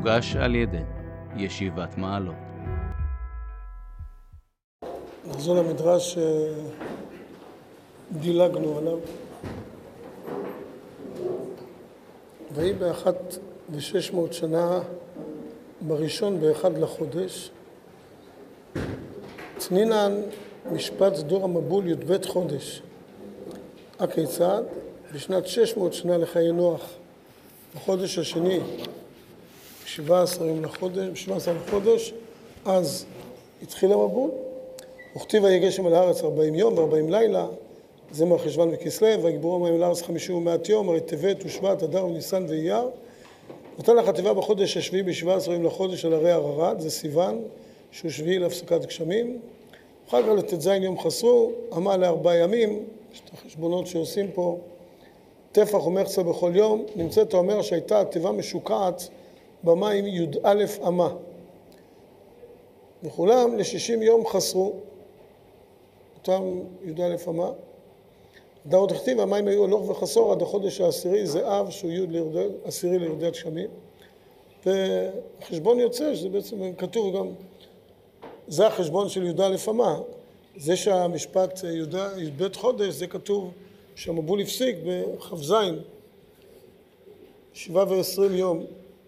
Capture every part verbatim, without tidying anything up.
מוגש על ידי ישיבת מעלות. נחזור למדרש שדילגנו עליו. ויהי באחת ושש מאות שנה בראשון באחד לחודש, צנינן משפט דור המבול י"ב חודש. הכיצד? בשנת שש מאות שנה לחיי נוח, בחודש השני, שבעה עשר יום לחודש, שבעה עשר לחודש, אז התחיל המבול. וכתיב ויהי גשם על הארץ ארבעים יום וארבעים לילה, זה מרחשוון וכסלו, ויגברו המים על הארץ חמישים ומאת יום, הרי טבת ושבט, אדר וניסן ואייר. נתן החטיבה בחודש השביעי בשבעה עשר יום לחודש על הרי ערערת, זה סיוון, שהוא שביעי להפסקת גשמים. אחר כך לט"ז יום חסרו, עמל לארבעה ימים, יש את החשבונות שעושים פה, טפח ומחצה בכל יום, נמצאת האומר שהייתה הטבע משוקעת במים י"א אמה. וכולם לשישים יום חסרו, אותם י"א אמה. דעות הכתיב, המים היו הלוך וחסור עד החודש העשירי, זה אב, שהוא י' עשירי לירדי הגשמים. והחשבון יוצא, שזה בעצם כתוב גם, זה החשבון של י"א אמה. זה שהמשפט י"ב חודש, זה כתוב שהמבול הפסיק בכ"ז, שבעה ועשרים יום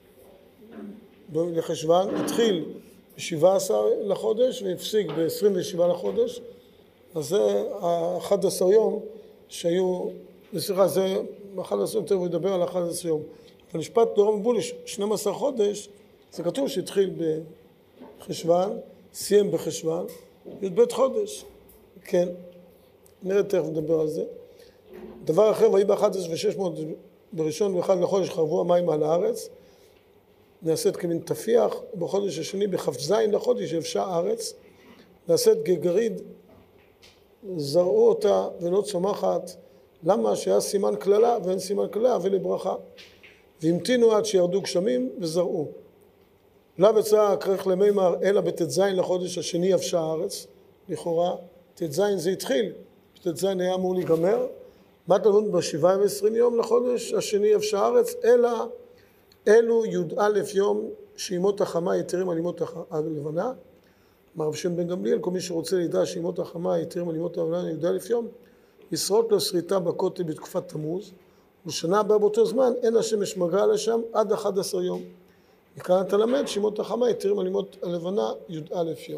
לחשוון, התחיל ב-שבעה עשר לחודש והפסיק ב-עשרים ושבעה לחודש, אז זה ה-אחד עשר יום שהיו, סליחה, זה ב-אחד עשר יותר הוא ידבר על ה-אחד עשר יום. אבל משפט דור המבול שנים עשר חודש, זה כתוב שהתחיל בחשוון, סיים בחשוון, י"ב חודש, כן, נראה תכף נדבר על זה. דבר אחר, ויהי באחת עשרה ושש מאות בראשון ואחד לחודש חרבו המים על הארץ, נעשית כמין תפיח, בחודש השני בכ"ז לחודש יבשה הארץ, נעשית גגריד, זרעו אותה ולא צומחת, למה? שהיה סימן כללה ואין סימן כללה ולברכה. והמתינו עד שירדו גשמים וזרעו. לא יצא כרך למימר אלא בט"ז לחודש השני יבשה הארץ, לכאורה ט"ז זה התחיל, ט"ז היה אמור להיגמר, מה תלמוד בשבעה ועשרים יום לחודש השני יבשה הארץ, אלא אלו י"א יום שימות החמה יתרים על ימות הלבנה. אמר רב שם בן גמליאל, כל מי שרוצה לדע שימות החמה יתרים על ימות הלבנה י"א יום, ישרוט לו שריטה בכותל בתקופת תמוז, ובשנה הבאה באותו זמן אין השמש מגיעה לשם עד אחד עשר יום. מכאן אתה למד שימות החמה יתרים על ימות הלבנה י"א יום.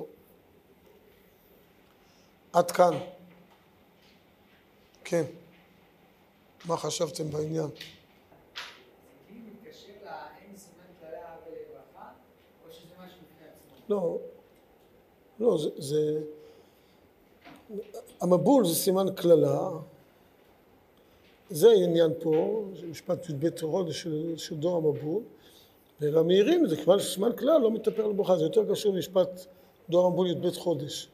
עד כאן. כן. מה חשבתם בעניין? לא, לא, זה, זה, המבול זה סימן כללה, זה העניין פה, משפט י"ב חודש של, של דור המבול, והמאירים זה כיוון שסימן כללה לא מתאפר לברכה, זה יותר קשור למשפט דור המבול י"ב חודש,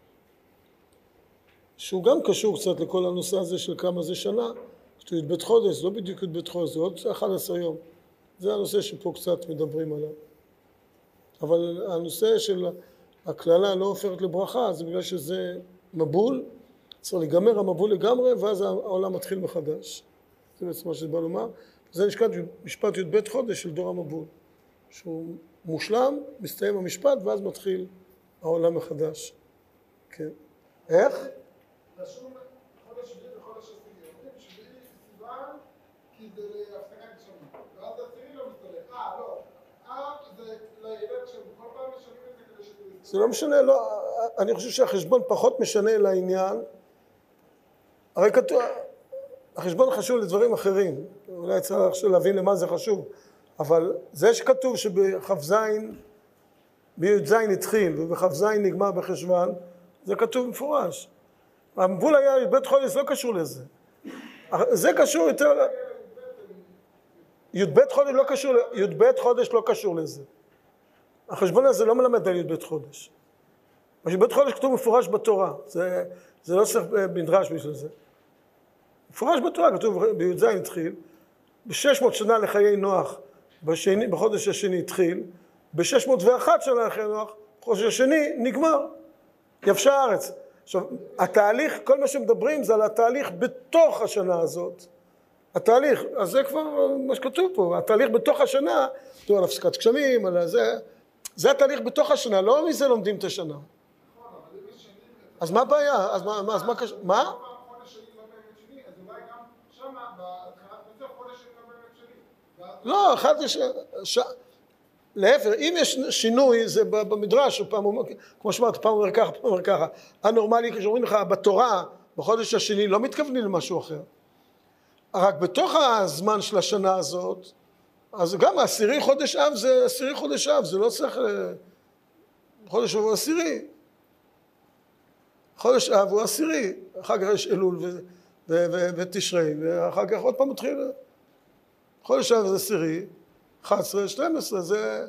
שהוא גם קשור קצת לכל הנושא הזה של כמה זה שנה, כתוב י"ב חודש, זה לא בדיוק י"ב חודש, זה עוד אחד עשר יום, זה הנושא שפה קצת מדברים עליו. אבל הנושא של הכללה לא הופכת לברכה, זה בגלל שזה מבול, צריך להיגמר המבול לגמרי, ואז העולם מתחיל מחדש. זה בעצם מה שזה בא לומר. זה נשכת משפט י"ב חודש של דור המבול, שהוא מושלם, מסתיים המשפט, ואז מתחיל העולם מחדש. כן. איך? רשום חודש שביעי וחודש עשירי. אומרים שביעי סיוון, כי זה להפסקת גשמים. ואז עשירי לא מסתלק. אה, לא. זה לא משנה, לא, אני חושב שהחשבון פחות משנה לעניין, הרי כתוב, החשבון חשוב לדברים אחרים, אולי צריך להבין למה זה חשוב, אבל זה שכתוב שבכ"ז, בי"ז התחיל ובכ"ז נגמר בחשוון, זה כתוב מפורש. המבול היה י"ב חודש, לא קשור לזה. זה קשור יותר, י"ב חודש לא קשור, י"ב חודש לא קשור לזה. החשבון הזה לא מלמד על י"ב חודש. י"ב חודש כתוב מפורש בתורה, זה, זה לא צריך מדרש בשביל זה. מפורש בתורה, כתוב בי"ז התחיל, ב-שש מאות שנה לחיי נוח, בשני, בחודש השני התחיל, ב-שש מאות ואחת שנה לחיי נוח, בחודש השני נגמר, יבשה הארץ. עכשיו, התהליך, כל מה שמדברים זה על התהליך בתוך השנה הזאת, התהליך, אז זה כבר מה שכתוב פה, התהליך בתוך השנה, תראו על הפסקת גשמים, על זה, זה התהליך בתוך השנה, לא מזה לומדים את השנה. אז מה הבעיה? אז מה, אז מה קשור? מה? חודש שני לא באמת שני, אז אולי גם שמה, בהתחלת מצב, חודש שני לא באמת שני. לא, אחד יש... להפך, אם יש שינוי, זה במדרש, פעם, כמו שאמרת, פעם אומר ככה, פעם אומר ככה. הנורמלי, כשאומרים לך, בתורה, בחודש השני, לא מתכוונים למשהו אחר. רק בתוך הזמן של השנה הזאת, אז גם עשירי חודש אב זה עשירי חודש אב, זה לא צריך... חודש אב הוא עשירי. חודש אב הוא עשירי, אחר כך יש אלול ותשרי, ואחר כך עוד פעם מתחיל... חודש אב זה עשירי, אחת עשרה, שתים עשרה, זה...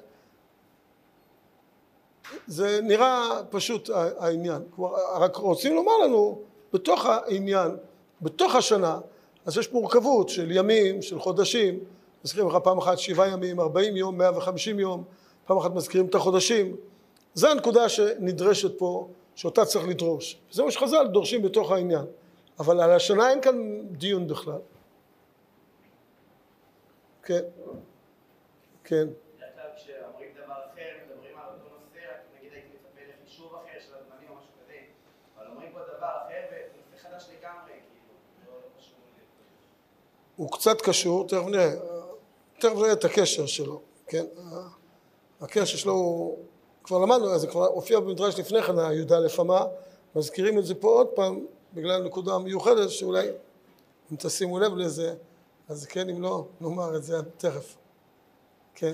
זה נראה פשוט העניין. רק רוצים לומר לנו, בתוך העניין, בתוך השנה, אז יש מורכבות של ימים, של חודשים, מזכירים לך פעם אחת שבעה ימים, ארבעים יום, מאה וחמישים יום, פעם אחת מזכירים את החודשים. זו הנקודה שנדרשת פה, שאותה צריך לדרוש. זה מה שחז"ל דורשים בתוך העניין. אבל על השנה אין כאן דיון בכלל. כן. כן. כשאומרים דבר אחר, מדברים על אותו נושא, נגיד הייתי מצפה לחישוב אחר של הזמנים או משהו כזה, אבל אומרים פה דבר אחר ונושא חדש לגמרי, כאילו, לא קשור לי. הוא קצת קשור, תכף נראה, תכף נראה את הקשר שלו, כן? הקשר שלו הוא, כבר למדנו, זה כבר הופיע במדרש לפני כן, הי"א אמה, מזכירים את זה פה עוד פעם, בגלל נקודה מיוחדת, שאולי אם תשימו לב לזה, אז כן, אם לא, נאמר את זה תכף. כן.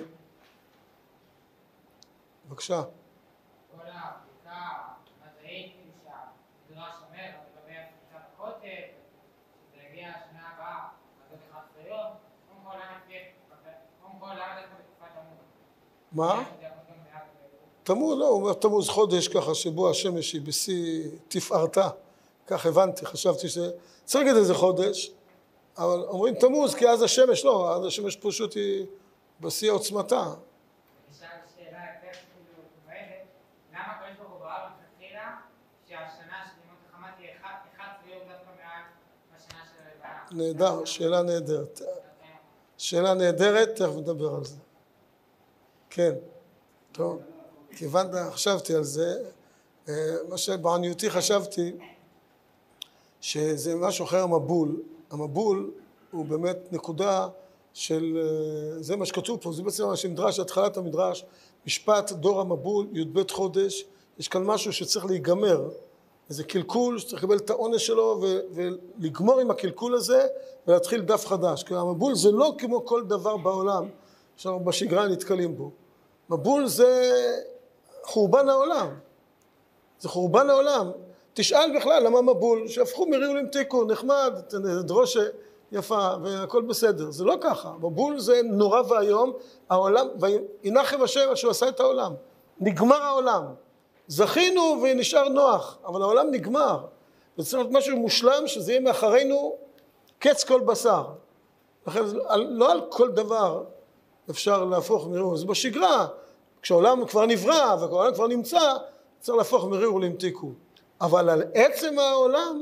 בבקשה. כל הבדיקה המדעית שהמדרש אומר, לגבי הפרישה בכותל, שזה יגיע השנה הבאה, עד אחד עשרה יום, קודם כל למה דווקא בתקופת תמוז? מה? תמוז, לא, הוא אומר תמוז חודש ככה שבו השמש היא בשיא תפארתה, כך הבנתי, חשבתי ש... צריך להגיד איזה חודש, אבל אומרים תמוז כי אז השמש, לא, אז השמש פשוט היא בשיא עוצמתה. נשאל שאלה יותר כאילו מועדת, למה הקדוש ברוך הוא ברא מלכתחילה שהשנה של ימות החמה תהיה אחד עשרה יום דווקא מעל השנה של הלוויה? נהדר, שאלה נהדרת. שאלה נהדרת, תכף נדבר על זה. כן, טוב, כיוונת, חשבתי על זה, מה שבעניותי חשבתי, שזה משהו אחר המבול. המבול הוא באמת נקודה של, זה מה שכתוב פה, זה בעצם מה שמדרש, התחלת המדרש, משפט דור המבול, י"ב חודש, יש כאן משהו שצריך להיגמר, איזה קלקול שצריך לקבל את העונש שלו ולגמור עם הקלקול הזה ולהתחיל דף חדש. כי המבול זה לא כמו כל דבר בעולם שאנחנו בשגרה נתקלים בו. מבול זה חורבן העולם, זה חורבן העולם. תשאל בכלל למה מבול, שהפכו מריעו למתיקו, נחמד, דרושה יפה והכל בסדר. זה לא ככה, מבול זה נורא והיום, העולם, וינחם השם שהוא עשה את העולם, נגמר העולם. זכינו ונשאר נוח, אבל העולם נגמר. וצריך להיות משהו מושלם שזה יהיה מאחרינו קץ כל בשר. לכן לא על כל דבר אפשר להפוך מריעו, זה בשגרה. כשהעולם כבר נברא וכשהעולם כבר נמצא, צריך להפוך מריעו למתיקו. אבל על עצם העולם,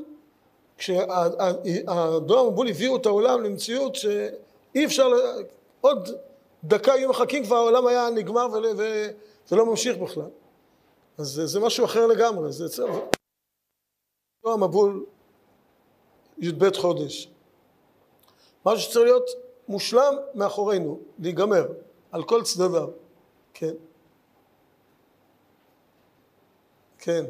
כשהדור המבול הביאו את העולם למציאות שאי אפשר, עוד דקה יהיו מחכים כבר העולם היה נגמר וזה לא ממשיך בכלל. אז זה, זה משהו אחר לגמרי, זה צריך... דור המבול י"ב חודש. משהו שצריך להיות מושלם מאחורינו, להיגמר, על כל צדדיו. כן. כן.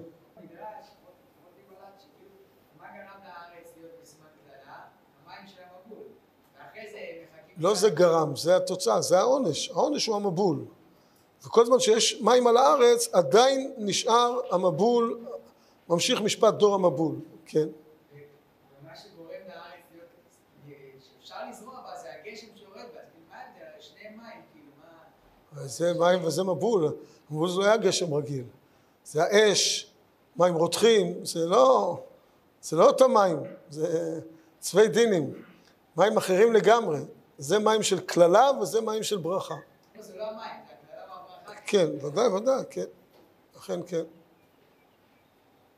לא זה גרם, זה התוצאה, זה העונש. העונש הוא המבול. וכל זמן שיש מים על הארץ, עדיין נשאר המבול, ממשיך משפט דור המבול. כן. ומה שגורם לארץ להיות, שאפשר לזרוע בה, זה הגשם שיורד בה. מה ההבדל? שני מים, כאילו, מה... זה מים וזה מבול. מבול זה לא היה גשם רגיל. זה האש, מים רותחים, זה לא... זה לא אותם מים, זה צווי דינים. מים אחרים לגמרי. זה מים של כללה וזה מים של ברכה. זה לא המים, זה הכללה והברכה. כן, ודאי, ודאי, כן. אכן כן.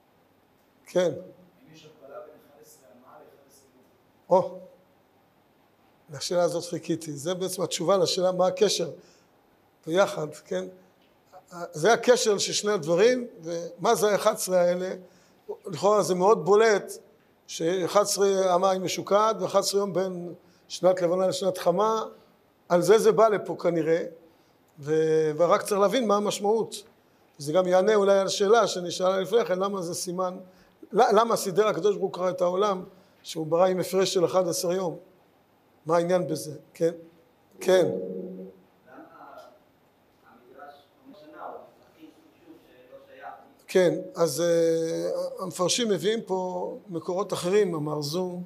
כן. אם יש הגבלה בין אחד עשר אמה ל-אחד עשר יום. או. לשאלה הזאת חיכיתי. זה בעצם התשובה לשאלה מה הקשר ביחד, כן? זה הקשר של שני הדברים, ומה זה ה-אחד עשר האלה? לכאורה זה מאוד בולט, ש-אחד עשר המים משוקד, ו-אחד עשר יום בין שנת לבנה לשנת חמה, על זה זה בא לפה כנראה, ו- ורק צריך להבין מה המשמעות. זה גם יענה אולי על השאלה שנשאלה לפני כן, למה זה סימן, למה סידר הקדוש ברוך הוא קרא את העולם, שהוא ברא עם הפרש של אחד עשר יום? מה העניין בזה? כן? כן. כן, אז uh, המפרשים מביאים פה מקורות אחרים, המרזום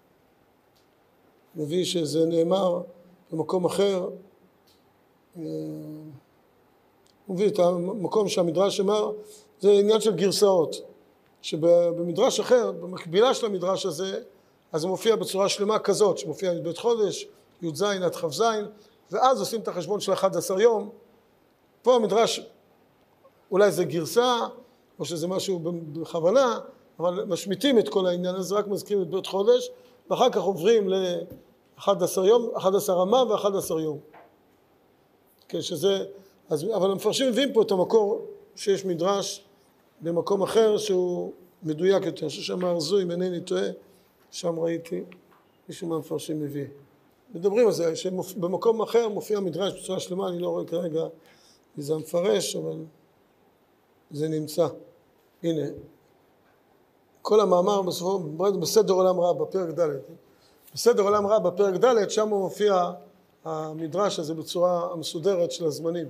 מביא שזה נאמר במקום אחר, uh, הוא מביא את המקום שהמדרש אמר, זה עניין של גרסאות, שבמדרש אחר, במקבילה של המדרש הזה, אז הוא מופיע בצורה שלמה כזאת, שמופיע בבית חודש, י' ז' עד כ' ז', ואז עושים את החשבון של אחד עשר יום. פה המדרש, אולי זה גרסה, או שזה משהו בכוונה, אבל משמיטים את כל העניין הזה, רק מזכירים את בית חודש, ואחר כך עוברים ל-אחד עשר יום, אחד עשר רמה ו-אחד עשר יום. כן, שזה, אז, אבל המפרשים מביאים פה את המקור שיש מדרש במקום אחר שהוא מדויק יותר, ששם הרזו, אם אינני טועה, שם ראיתי, מישהו מהמפרשים מביא. מדברים על זה, שבמקום אחר מופיע מדרש בצורה שלמה, אני לא רואה כרגע מי זה המפרש, אבל זה נמצא. הנה, כל המאמר בסופו, בסדר עולם רב, בפרק ד'. בסדר עולם רב, בפרק ד', שם מופיע המדרש הזה בצורה המסודרת של הזמנים.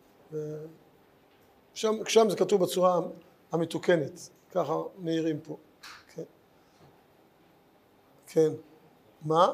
שם, שם זה כתוב בצורה המתוקנת, ככה מאירים פה. כן. כן. מה?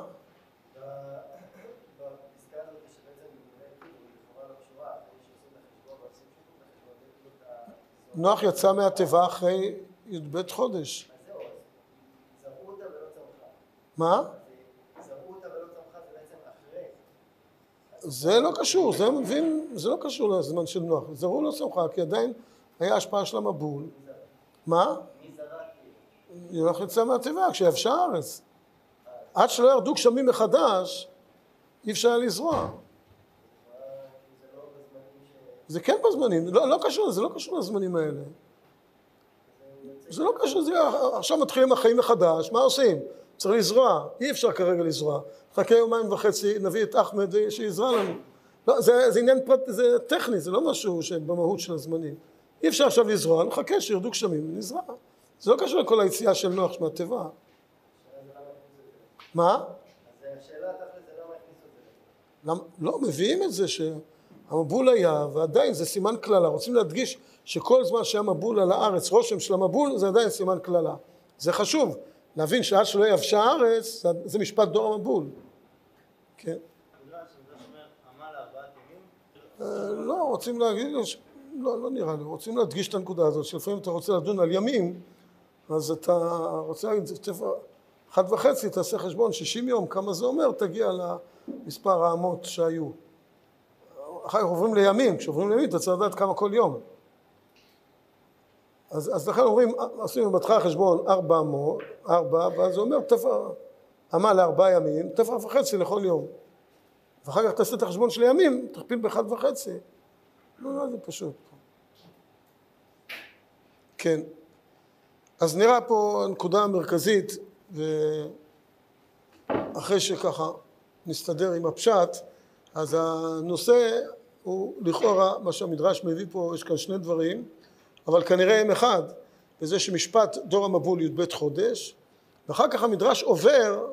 נוח יצא מהתיבה אחרי י"ב חודש. אז זהו, זרעו אותה ולא צמחה. מה? זרעו אותה ולא צמחה זה בעצם אחרי. זה לא קשור, זה מבין, זה לא קשור לזמן של נוח. זרעו לא צמחה, כי עדיין היה השפעה של המבול. מה? מי זרע כאילו? נוח יצא מהתיבה, כשיבשה הארץ. עד שלא ירדו גשמים מחדש, אי אפשר היה לזרוע. זה כן בזמנים, לא, לא קשור, זה לא קשור לזמנים האלה. זה לא קשור, זה, עכשיו מתחילים החיים מחדש, מה עושים? צריך לזרוע, אי אפשר כרגע לזרוע. חכה יומיים וחצי, נביא את אחמד שיזרע לנו. לא, זה, זה עניין פרט, זה טכני, זה לא משהו שבמהות של הזמנים. אי אפשר עכשיו לזרוע, נחכה שירדו גשמים, נזרע. זה לא קשור לכל היציאה של נוח מהטבע. מה? אז השאלה תכל'ס זה למה הכניסו את זה. לא, מביאים את זה שהמבול היה, ועדיין זה סימן כללה. רוצים להדגיש שכל זמן שהיה מבול על הארץ, רושם של המבול, זה עדיין סימן כללה. זה חשוב, להבין שעד שלא יבשה הארץ, זה, זה משפט דור המבול. כן. לא, רוצים להגיד, לא, לא נראה לי, רוצים להדגיש את הנקודה הזאת, שלפעמים אתה רוצה לדון על ימים, אז אתה רוצה להגיד, אחד וחצי, תעשה חשבון, שישים יום, כמה זה אומר, תגיע למספר האמות שהיו. אחר כך עוברים לימים, כשעוברים לימים, אתה צריך לדעת כמה כל יום. אז, אז לכן אומרים, עושים בהתחלה חשבון ארבע אמות, ארבע, ואז זה אומר, תפר, אמה לארבעה ימים, תפר וחצי לכל יום. ואחר כך תעשה את החשבון של הימים, תכפיל באחד וחצי. לא, לא, זה פשוט. כן. אז נראה פה הנקודה המרכזית, ואחרי שככה נסתדר עם הפשט, אז הנושא הוא לכאורה, מה שהמדרש מביא פה, יש כאן שני דברים, אבל כנראה הם אחד, וזה שמשפט דור המבול י"ב חודש, ואחר כך המדרש עובר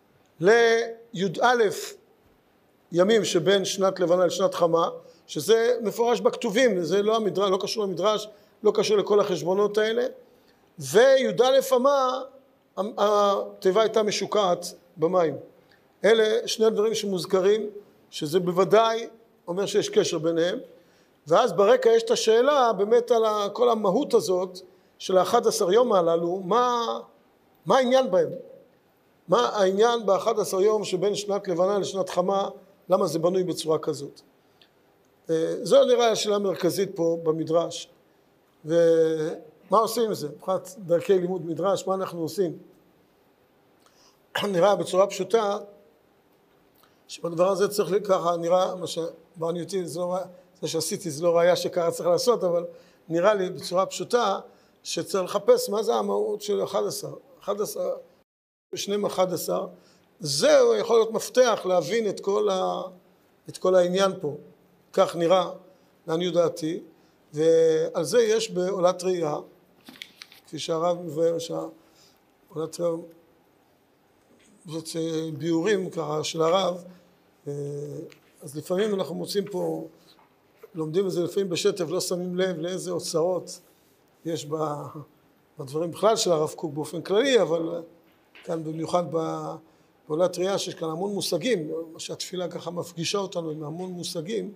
לי"א ימים שבין שנת לבנה לשנת חמה, שזה מפורש בכתובים, זה לא המדרש, לא קשור למדרש, לא קשור לכל החשבונות האלה, וי"א אמה, התיבה הייתה משוקעת במים. אלה שני הדברים שמוזכרים, שזה בוודאי אומר שיש קשר ביניהם, ואז ברקע יש את השאלה באמת על כל המהות הזאת של ה-אחד עשר יום הללו, מה, מה העניין בהם? מה העניין ב-אחד עשר יום שבין שנת לבנה לשנת חמה, למה זה בנוי בצורה כזאת? זו נראה השאלה המרכזית פה במדרש. ומה עושים עם זה? מבחינת דרכי לימוד מדרש, מה אנחנו עושים? נראה בצורה פשוטה שבדבר הזה צריך ככה, נראה, מה שבאני אותי, זה, לא, זה שעשיתי, זה לא ראיה שככה צריך לעשות, אבל נראה לי בצורה פשוטה, שצריך לחפש מה זה המהות של אחד עשר. אחד עשר, שנים אחד עשר, זהו יכול להיות מפתח להבין את כל, ה, את כל העניין פה. כך נראה, לעניות דעתי, ועל זה יש בעולת ראייה, כפי שהרב מבאר שהעולת ראייה, זאת ביורים ככה של הרב, אז לפעמים אנחנו מוצאים פה, לומדים את זה לפעמים בשטף, לא שמים לב לאיזה אוצרות יש בדברים בכלל של הרב קוק באופן כללי, אבל כאן במיוחד בעולת ראייה שיש כאן המון מושגים, שהתפילה ככה מפגישה אותנו עם המון מושגים,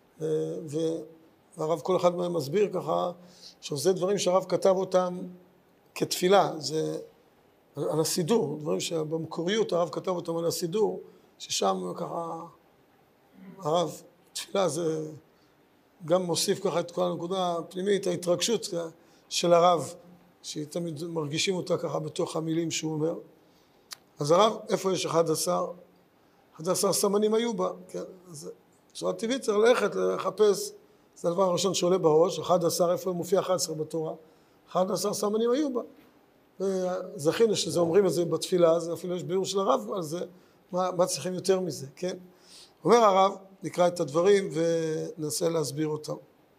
והרב כל אחד מהם מסביר ככה, שזה דברים שהרב כתב אותם כתפילה, זה על הסידור, דברים שבמקוריות הרב כתב אותם על הסידור, ששם ככה הרב, תפילה זה גם מוסיף ככה את כל הנקודה הפנימית, ההתרגשות של הרב, שתמיד מרגישים אותה ככה בתוך המילים שהוא אומר. אז הרב, איפה יש אחד עשר? אחד עשר סמנים היו בה, כן? אז בצורה טבעית צריך ללכת, לחפש, זה הדבר הראשון שעולה בראש, אחד עשר, איפה מופיע אחד עשר בתורה? אחד עשר סמנים היו בה. זכינו שזה אומרים את זה בתפילה, אז אפילו יש ביאור של הרב על זה, מה, מה צריכים יותר מזה, כן? אומר הרב, נקרא את הדברים וננסה להסביר אותם.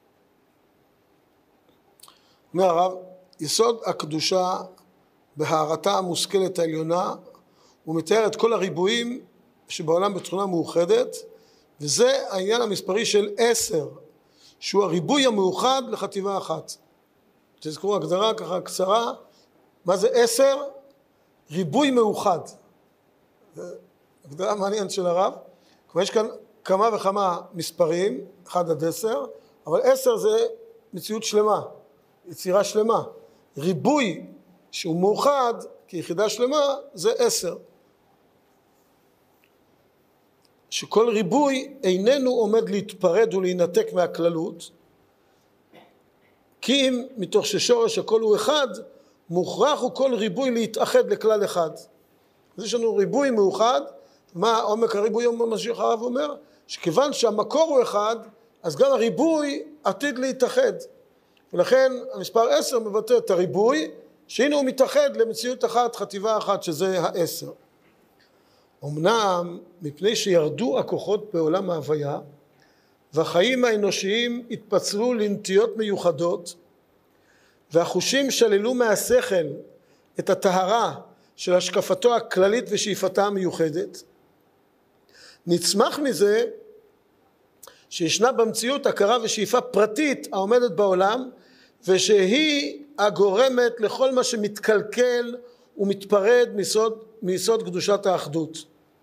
אומר הרב, יסוד הקדושה בהערתה המושכלת העליונה, הוא מתאר את כל הריבועים שבעולם בתכונה מאוחדת, וזה העניין המספרי של עשר, שהוא הריבוי המאוחד לחטיבה אחת. תזכרו הגדרה ככה קצרה, מה זה עשר? ריבוי מאוחד. זה הגדרה מעניינת של הרב. כלומר, יש כאן כמה וכמה מספרים, אחד עד עשר, אבל עשר זה מציאות שלמה, יצירה שלמה. ריבוי שהוא מאוחד כיחידה שלמה זה עשר. שכל ריבוי איננו עומד להתפרד ולהינתק מהכללות, כי אם מתוך ששורש הכל הוא אחד, מוכרח הוא כל ריבוי להתאחד לכלל אחד. אז יש לנו ריבוי מאוחד, מה עומק הריבוי ממשיך הרב אומר? שכיוון שהמקור הוא אחד, אז גם הריבוי עתיד להתאחד. ולכן המספר עשר מבטא את הריבוי, שהנה הוא מתאחד למציאות אחת, חטיבה אחת, שזה העשר. אמנם מפני שירדו הכוחות בעולם ההוויה, והחיים האנושיים התפצלו לנטיות מיוחדות, והחושים שללו מהשכל את הטהרה של השקפתו הכללית ושאיפתה המיוחדת, נצמח מזה שישנה במציאות הכרה ושאיפה פרטית העומדת בעולם, ושהיא הגורמת לכל מה שמתקלקל ומתפרד מיסוד, מיסוד קדושת האחדות.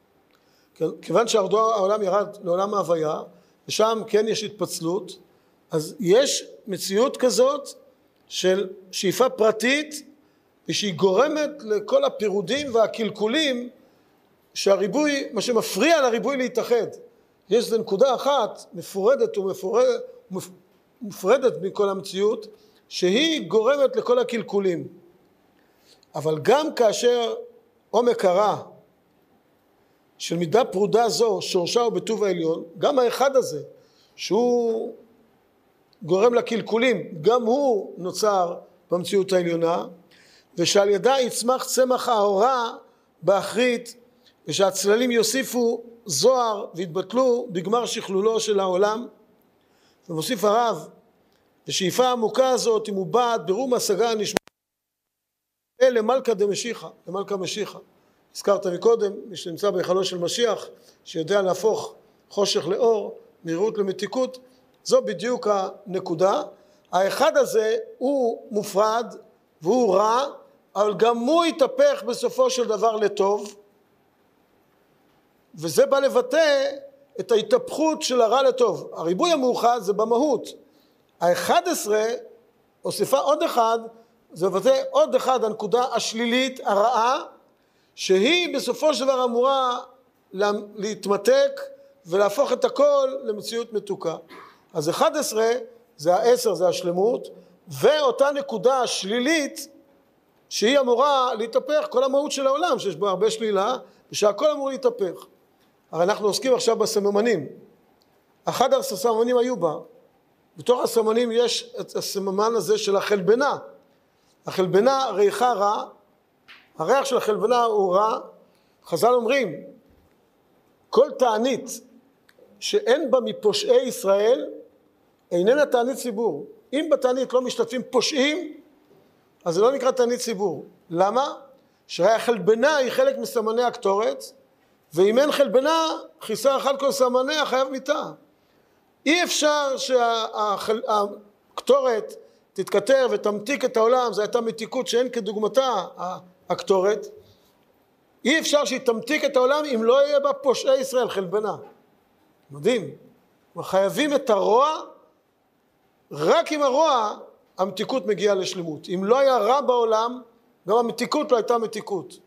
כיוון שהעולם ירד לעולם ההוויה, ושם כן יש התפצלות, אז יש מציאות כזאת של שאיפה פרטית, ושהיא גורמת לכל הפירודים והקלקולים, שהריבוי, מה שמפריע לריבוי להתאחד. יש איזו נקודה אחת מפורדת ומפורדת, מופרדת מכל המציאות, שהיא גורמת לכל הקלקולים. אבל גם כאשר עומק הרע של מידה פרודה זו שורשה הוא בטוב העליון, גם האחד הזה שהוא גורם לקלקולים, גם הוא נוצר במציאות העליונה, ושעל ידה יצמח צמח האורה באחרית, ושהצללים יוסיפו זוהר והתבטלו בגמר שכלולו של העולם. ומוסיף הרב, ושאיפה העמוקה הזאת היא מובעת ברום השגה הנשמע למלכה דמשיחה, למלכה משיחה. הזכרת מקודם, מי שנמצא בהיכלו של משיח, שיודע להפוך חושך לאור, מהירות למתיקות, זו בדיוק הנקודה. האחד הזה הוא מופרד והוא רע, אבל גם הוא יתהפך בסופו של דבר לטוב, וזה בא לבטא את ההתהפכות של הרע לטוב. הריבוי המאוחד זה במהות. האחד עשרה, הוסיפה עוד אחד, זה מבטא עוד אחד, הנקודה השלילית, הרעה, שהיא בסופו של דבר אמורה להתמתק ולהפוך את הכל למציאות מתוקה. אז אחד עשרה זה העשר, זה השלמות, ואותה נקודה השלילית שהיא אמורה להתהפך, כל המהות של העולם שיש בו הרבה שלילה, ושהכל אמור להתהפך. הרי אנחנו עוסקים עכשיו בסממנים. אחד עשר סממנים היו בה. בתוך הסממנים יש את הסממן הזה של החלבנה. החלבנה ריחה רע, הריח של החלבנה הוא רע. חז"ל אומרים, כל תענית שאין בה מפושעי ישראל, איננה תענית ציבור. אם בתענית לא משתתפים פושעים, אז זה לא נקרא תענית ציבור. למה? שהרי החלבנה היא חלק מסמני הקטורת, ואם אין חלבנה, חיסר אחד כל סמניה חייב מיתה. אי אפשר שהקטורת תתכתר ותמתיק את העולם, זו הייתה מתיקות שאין כדוגמתה הקטורת. אי אפשר שהיא תמתיק את העולם אם לא יהיה בה פושעי ישראל, חלבנה. מדהים. חייבים את הרוע, רק עם הרוע המתיקות מגיעה לשלמות. אם לא היה רע בעולם, גם המתיקות לא הייתה מתיקות.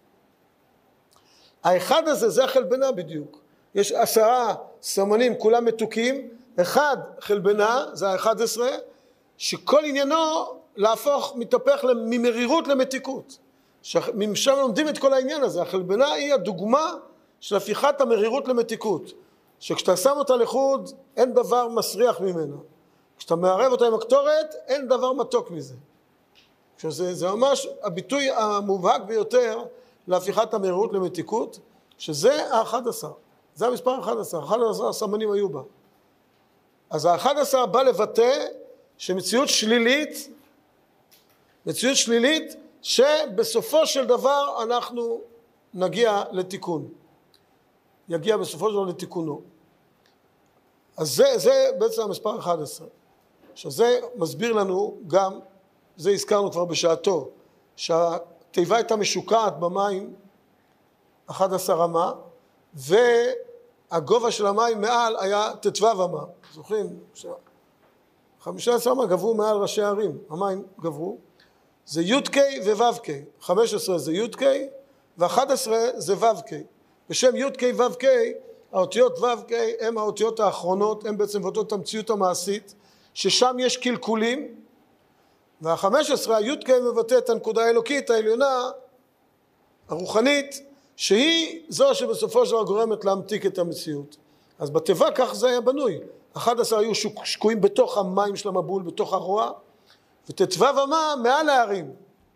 האחד הזה, זה החלבנה בדיוק. יש עשרה סמנים, כולם מתוקים. אחד חלבנה, זה ה-אחד עשר, שכל עניינו להפוך, מתהפך ממרירות למתיקות. משם לומדים את כל העניין הזה. החלבנה היא הדוגמה של הפיכת המרירות למתיקות. שכשאתה שם אותה לחוד, אין דבר מסריח ממנה. כשאתה מערב אותה עם הקטורת, אין דבר מתוק מזה. שזה, זה ממש הביטוי המובהק ביותר להפיכת המרירות למתיקות, שזה ה-אחד עשר. זה המספר ה-אחד עשר. אחד עשר הסמנים היו בה. אז ה-אחד עשר בא לבטא שמציאות שלילית, מציאות שלילית, שבסופו של דבר אנחנו נגיע לתיקון. יגיע בסופו של דבר לתיקונו. אז זה, זה בעצם המספר ה-אחד עשר. שזה מסביר לנו גם, זה הזכרנו כבר בשעתו, שהתיבה הייתה משוקעת במים אחד עשר אמה, והגובה של המים מעל היה ט"ו אמה. זוכרים? חמישה עשר אמה גברו מעל ראשי הערים, המים גברו. זה י"ק וו"ק, חמש עשרה זה י"ק ו-אחת עשרה זה ו"ק. בשם י"ק ו"ק, האותיות ו"ק הם האותיות האחרונות, הם בעצם אותות המציאות המעשית, ששם יש קלקולים, וה-חמש עשרה, הי"ק מבטא את הנקודה האלוקית העליונה, הרוחנית, שהיא זו שבסופו של דבר גורמת להמתיק את המציאות. אז בתיבה כך זה היה בנוי. אחד עשר היו שקועים בתוך המים של המבול, בתוך הרוע, וט"ו אמה מעל הערים.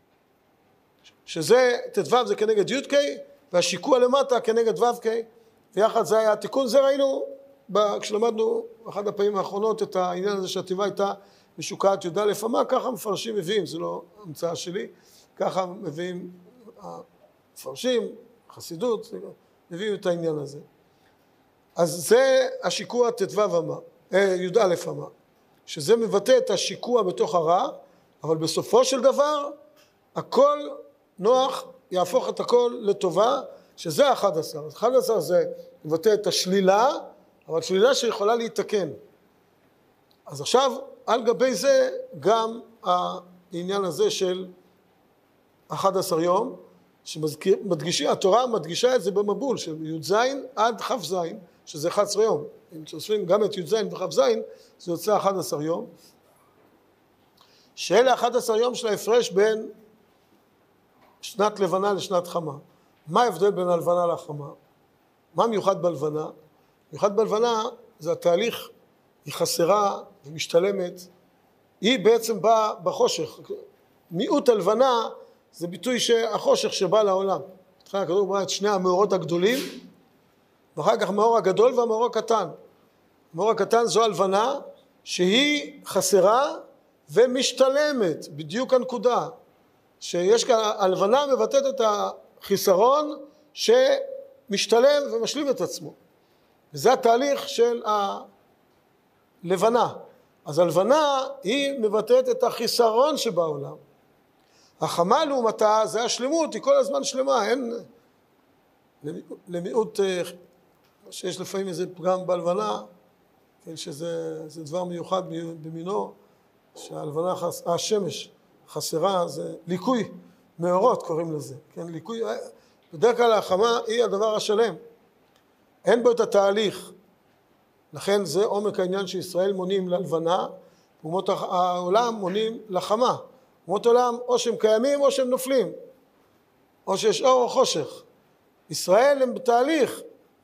שזה, ט"ו זה כנגד י"ק, והשיקוע למטה כנגד ו"ק, ויחד זה היה התיקון. זה ראינו כשלמדנו באחד הפעמים האחרונות את העניין הזה שהתיבה הייתה משוקעת י"א אמה, ככה מפרשים מביאים, זה לא המצאה שלי, ככה מביאים המפרשים, חסידות, מביאים את העניין הזה. אז זה השיקוע ט"ו אמה, י"א אמה, שזה מבטא את השיקוע בתוך הרע, אבל בסופו של דבר הכל נוח יהפוך את הכל לטובה, שזה ה-אחד עשר. אחד עשר זה מבטא את השלילה, אבל שלילה שיכולה להתקן. אז עכשיו על גבי זה גם העניין הזה של אחד עשר יום, שמדגישים, התורה מדגישה את זה במבול של י"ז עד כ"ז, שזה אחד עשר יום. אם תוספים גם את י"ז וכ"ז, זה יוצא אחד עשר יום. שאלה אחד עשר יום של ההפרש בין שנת לבנה לשנת חמה. מה ההבדל בין הלבנה לחמה? מה מיוחד בלבנה? מיוחד בלבנה זה התהליך, היא חסרה ומשתלמת, היא בעצם באה בחושך. מיעוט הלבנה זה ביטוי שהחושך שבא לעולם. התחיל הכדור ברא את שני המאורות הגדולים, ואחר כך המאור הגדול והמאור הקטן. המאור הקטן זו הלבנה שהיא חסרה ומשתלמת, בדיוק הנקודה. שיש כאן, הלבנה מבטאת את החיסרון שמשתלם ומשלים את עצמו. וזה התהליך של הלבנה. אז הלבנה היא מבטאת את החיסרון שבעולם. החמה לעומתה זה השלמות, היא כל הזמן שלמה, אין למיעוט, שיש לפעמים איזה פגם בלבנה, כן, שזה זה דבר מיוחד במינו, שהלבנה, חס, השמש חסרה, זה ליקוי מאורות קוראים לזה, כן, ליקוי, בדרך כלל החמה היא הדבר השלם, אין בו את התהליך, לכן זה עומק העניין שישראל מונים ללבנה, אומות העולם מונים לחמה, אומות העולם או שהם קיימים או שהם נופלים, או שיש אור או חושך. ישראל הם בתהליך,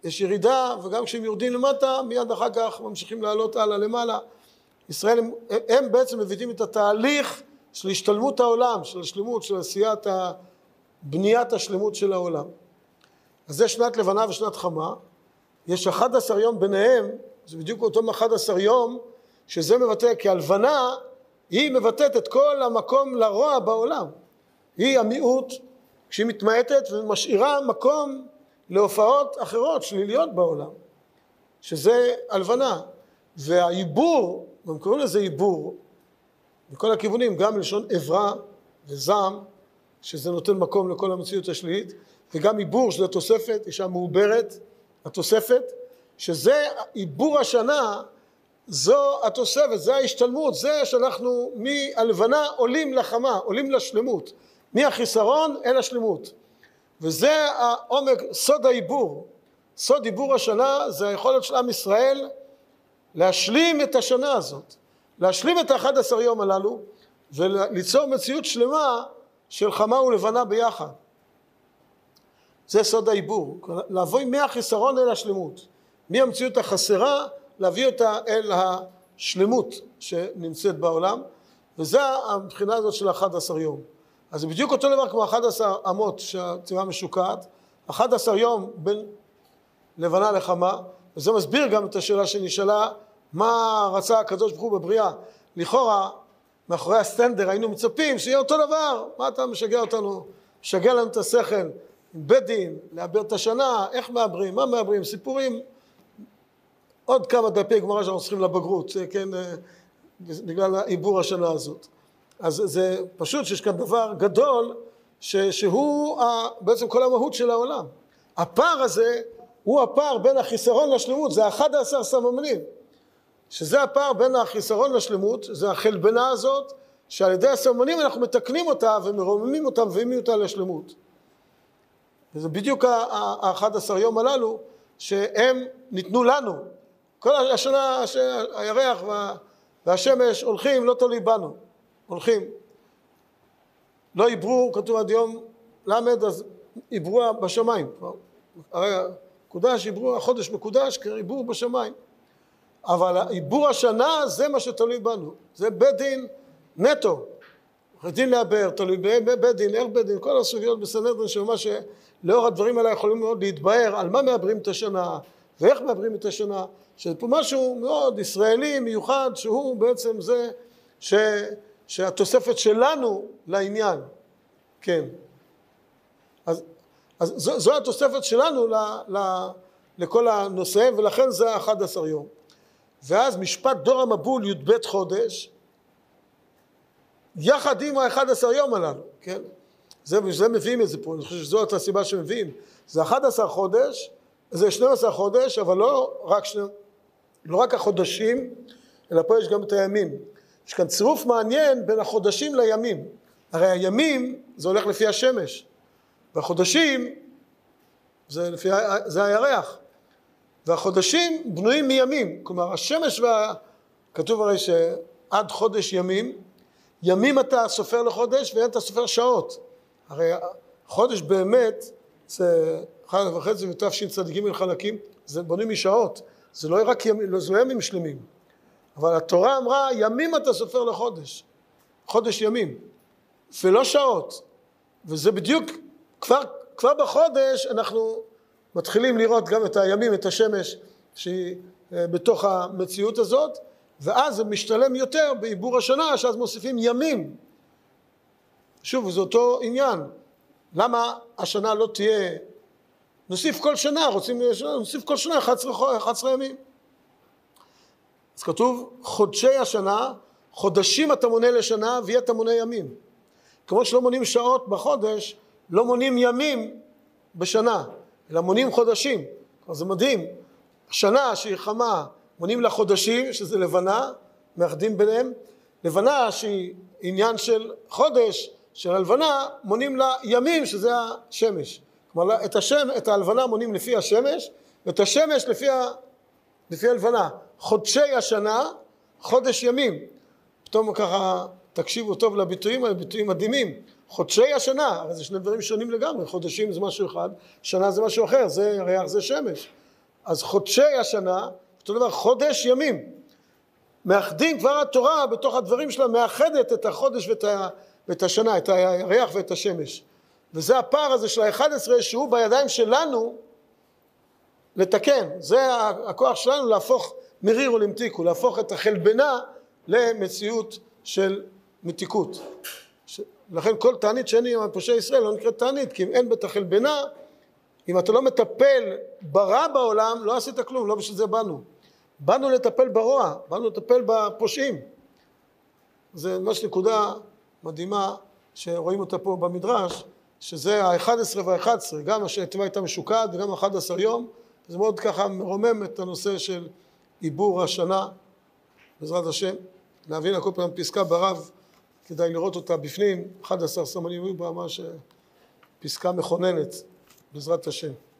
יש ירידה, וגם כשהם יורדים למטה, מיד אחר כך ממשיכים לעלות הלאה למעלה. ישראל הם, הם בעצם מביאים את התהליך של השתלמות העולם, של השלמות, של עשיית בניית השלמות של העולם. אז זה שנת לבנה ושנת חמה. יש אחד עשר יום ביניהם, זה בדיוק אותו אחד עשר יום, שזה מבטא, כי הלבנה היא מבטאת את כל המקום לרוע בעולם. היא המיעוט, כשהיא מתמעטת ומשאירה מקום להופעות אחרות, שליליות בעולם, שזה הלבנה. והעיבור, גם קוראים לזה עיבור, מכל הכיוונים, גם מלשון עברה וזעם, שזה נותן מקום לכל המציאות השלילית, וגם עיבור, שזה התוספת, אישה מעוברת, התוספת, שזה עיבור השנה, זו התוספת, זה ההשתלמות, זה שאנחנו מהלבנה עולים לחמה, עולים לשלמות, מהחיסרון אל השלמות. וזה העומק, סוד העיבור. סוד עיבור השנה זה היכולת של עם ישראל להשלים את השנה הזאת, להשלים את האחד עשר יום הללו, וליצור מציאות שלמה של חמה ולבנה ביחד. זה סוד העיבור, לעבור מהחיסרון אל השלמות, מהמציאות החסרה להביא אותה אל השלמות שנמצאת בעולם, וזה הבחינה הזאת של אחד עשר יום. אז זה בדיוק אותו דבר כמו אחד עשר אמות שהצבעה משוקעת, אחד עשר יום בין לבנה לחמה, וזה מסביר גם את השאלה שנשאלה, מה רצה הקדוש ברוך הוא בבריאה. לכאורה, מאחורי הסטנדר היינו מצפים שיהיה אותו דבר, מה אתה משגע אותנו? משגע לנו את השכל, בית דין, לעבר את השנה, איך מעברים, מה מעברים, סיפורים, עוד כמה דפי גמרא שאנחנו צריכים לבגרות, כן, בגלל העיבור השנה הזאת. אז זה פשוט שיש כאן דבר גדול, שהוא בעצם כל המהות של העולם. הפער הזה הוא הפער בין החיסרון לשלמות, זה אחד עשר סממנים, שזה הפער בין החיסרון לשלמות, זה החלבנה הזאת, שעל ידי הסממנים אנחנו מתקנים אותה ומרוממים אותה ומביאים אותה לשלמות. וזה בדיוק ה-אחד עשר יום הללו, שהם ניתנו לנו. כל השנה הירח והשמש הולכים, לא תלוי בנו, הולכים. לא עיברו, כתוב עד יום למד, אז עיברו בשמיים. הרי קודש, עיברו, החודש מקודש, עיברו בשמיים. אבל עיבור השנה זה מה שתלוי בנו. זה בית דין נטו. דין לעבר, תלוי בבית דין, איך בית דין, כל הסוגיות בסנהדרין, שממש לאור הדברים האלה יכולים מאוד להתבהר על מה מעברים את השנה ואיך מעברים את השנה, שזה פה משהו מאוד ישראלי מיוחד, שהוא בעצם זה ש, שהתוספת שלנו לעניין. כן. אז, אז זו, זו התוספת שלנו ל, ל, לכל הנושא, ולכן זה אחד עשר יום. ואז משפט דור המבול י"ב חודש, יחד עם ה-אחד עשר יום הללו, כן? זה, זה מביאים את זה פה, אני חושב שזו הסיבה שמביאים. זה אחד עשר חודש, זה שנים עשר חודש, אבל לא רק, שני, לא רק החודשים, אלא פה יש גם את הימים. יש כאן צירוף מעניין בין החודשים לימים. הרי הימים זה הולך לפי השמש, והחודשים זה, לפי, זה הירח. והחודשים בנויים מימים, כלומר השמש, וה... כתוב הרי שעד חודש ימים, ימים אתה סופר לחודש ואין אתה סופר שעות. הרי חודש באמת זה אחד וחצי ותשצ"ג חלקים, זה בנוי משעות, זה לא רק ימים, זה לא ימים שלמים. אבל התורה אמרה ימים אתה סופר לחודש, חודש ימים, ולא שעות. וזה בדיוק, כבר, כבר בחודש אנחנו מתחילים לראות גם את הימים, את השמש שהיא בתוך המציאות הזאת, ואז זה משתלם יותר בעיבור השנה, שאז מוסיפים ימים. שוב, זה אותו עניין. למה השנה לא תהיה, נוסיף כל שנה, רוצים נוסיף כל שנה אחת עשרה ימים. אז כתוב, חודשי השנה, חודשים אתה מונה לשנה, ויהיה אתה מונה ימים. כמו שלא מונים שעות בחודש, לא מונים ימים בשנה, אלא מונים חודשים. אז זה מדהים. השנה שהיא חמה, מונים לחודשים, שזה לבנה, מאחדים ביניהם. לבנה שהיא עניין של חודש, של הלבנה, מונים לה ימים, שזה השמש. כלומר, את, השם, את הלבנה מונים לפי השמש, ואת השמש לפי, ה, לפי הלבנה. חודשי השנה, חודש ימים. פתאום ככה, תקשיבו טוב לביטויים, הביטויים מדהימים. חודשי השנה, הרי זה שני דברים שונים לגמרי. חודשים זה משהו אחד, שנה זה משהו אחר, זה ריח, זה שמש. אז חודשי השנה, אותו דבר חודש ימים, מאחדים כבר התורה בתוך הדברים שלה, מאחדת את החודש ואת, ה, ואת השנה, את הירח ואת השמש. וזה הפער הזה של ה-אחד עשר שהוא בידיים שלנו לתקן. זה הכוח שלנו להפוך מריר ולמתיקו, להפוך את החלבנה למציאות של מתיקות. ש... לכן כל תענית שאין עם פושעי ישראל לא נקראת תענית, כי אם אין בת החלבנה, אם אתה לא מטפל ברע בעולם, לא עשית כלום, לא בשביל זה באנו. באנו לטפל ברוע, באנו לטפל בפושעים. זה ממש נקודה מדהימה שרואים אותה פה במדרש, שזה ה-אחד עשר וה-אחד עשר, גם השתיבה הייתה משוקד וגם ה-אחד עשר יום, זה מאוד ככה מרומם את הנושא של עיבור השנה, בעזרת השם. להבין הכל פעם פסקה ברב, כדאי לראות אותה בפנים, אחד עשר סמנים, ממש פסקה מכוננת, בעזרת השם.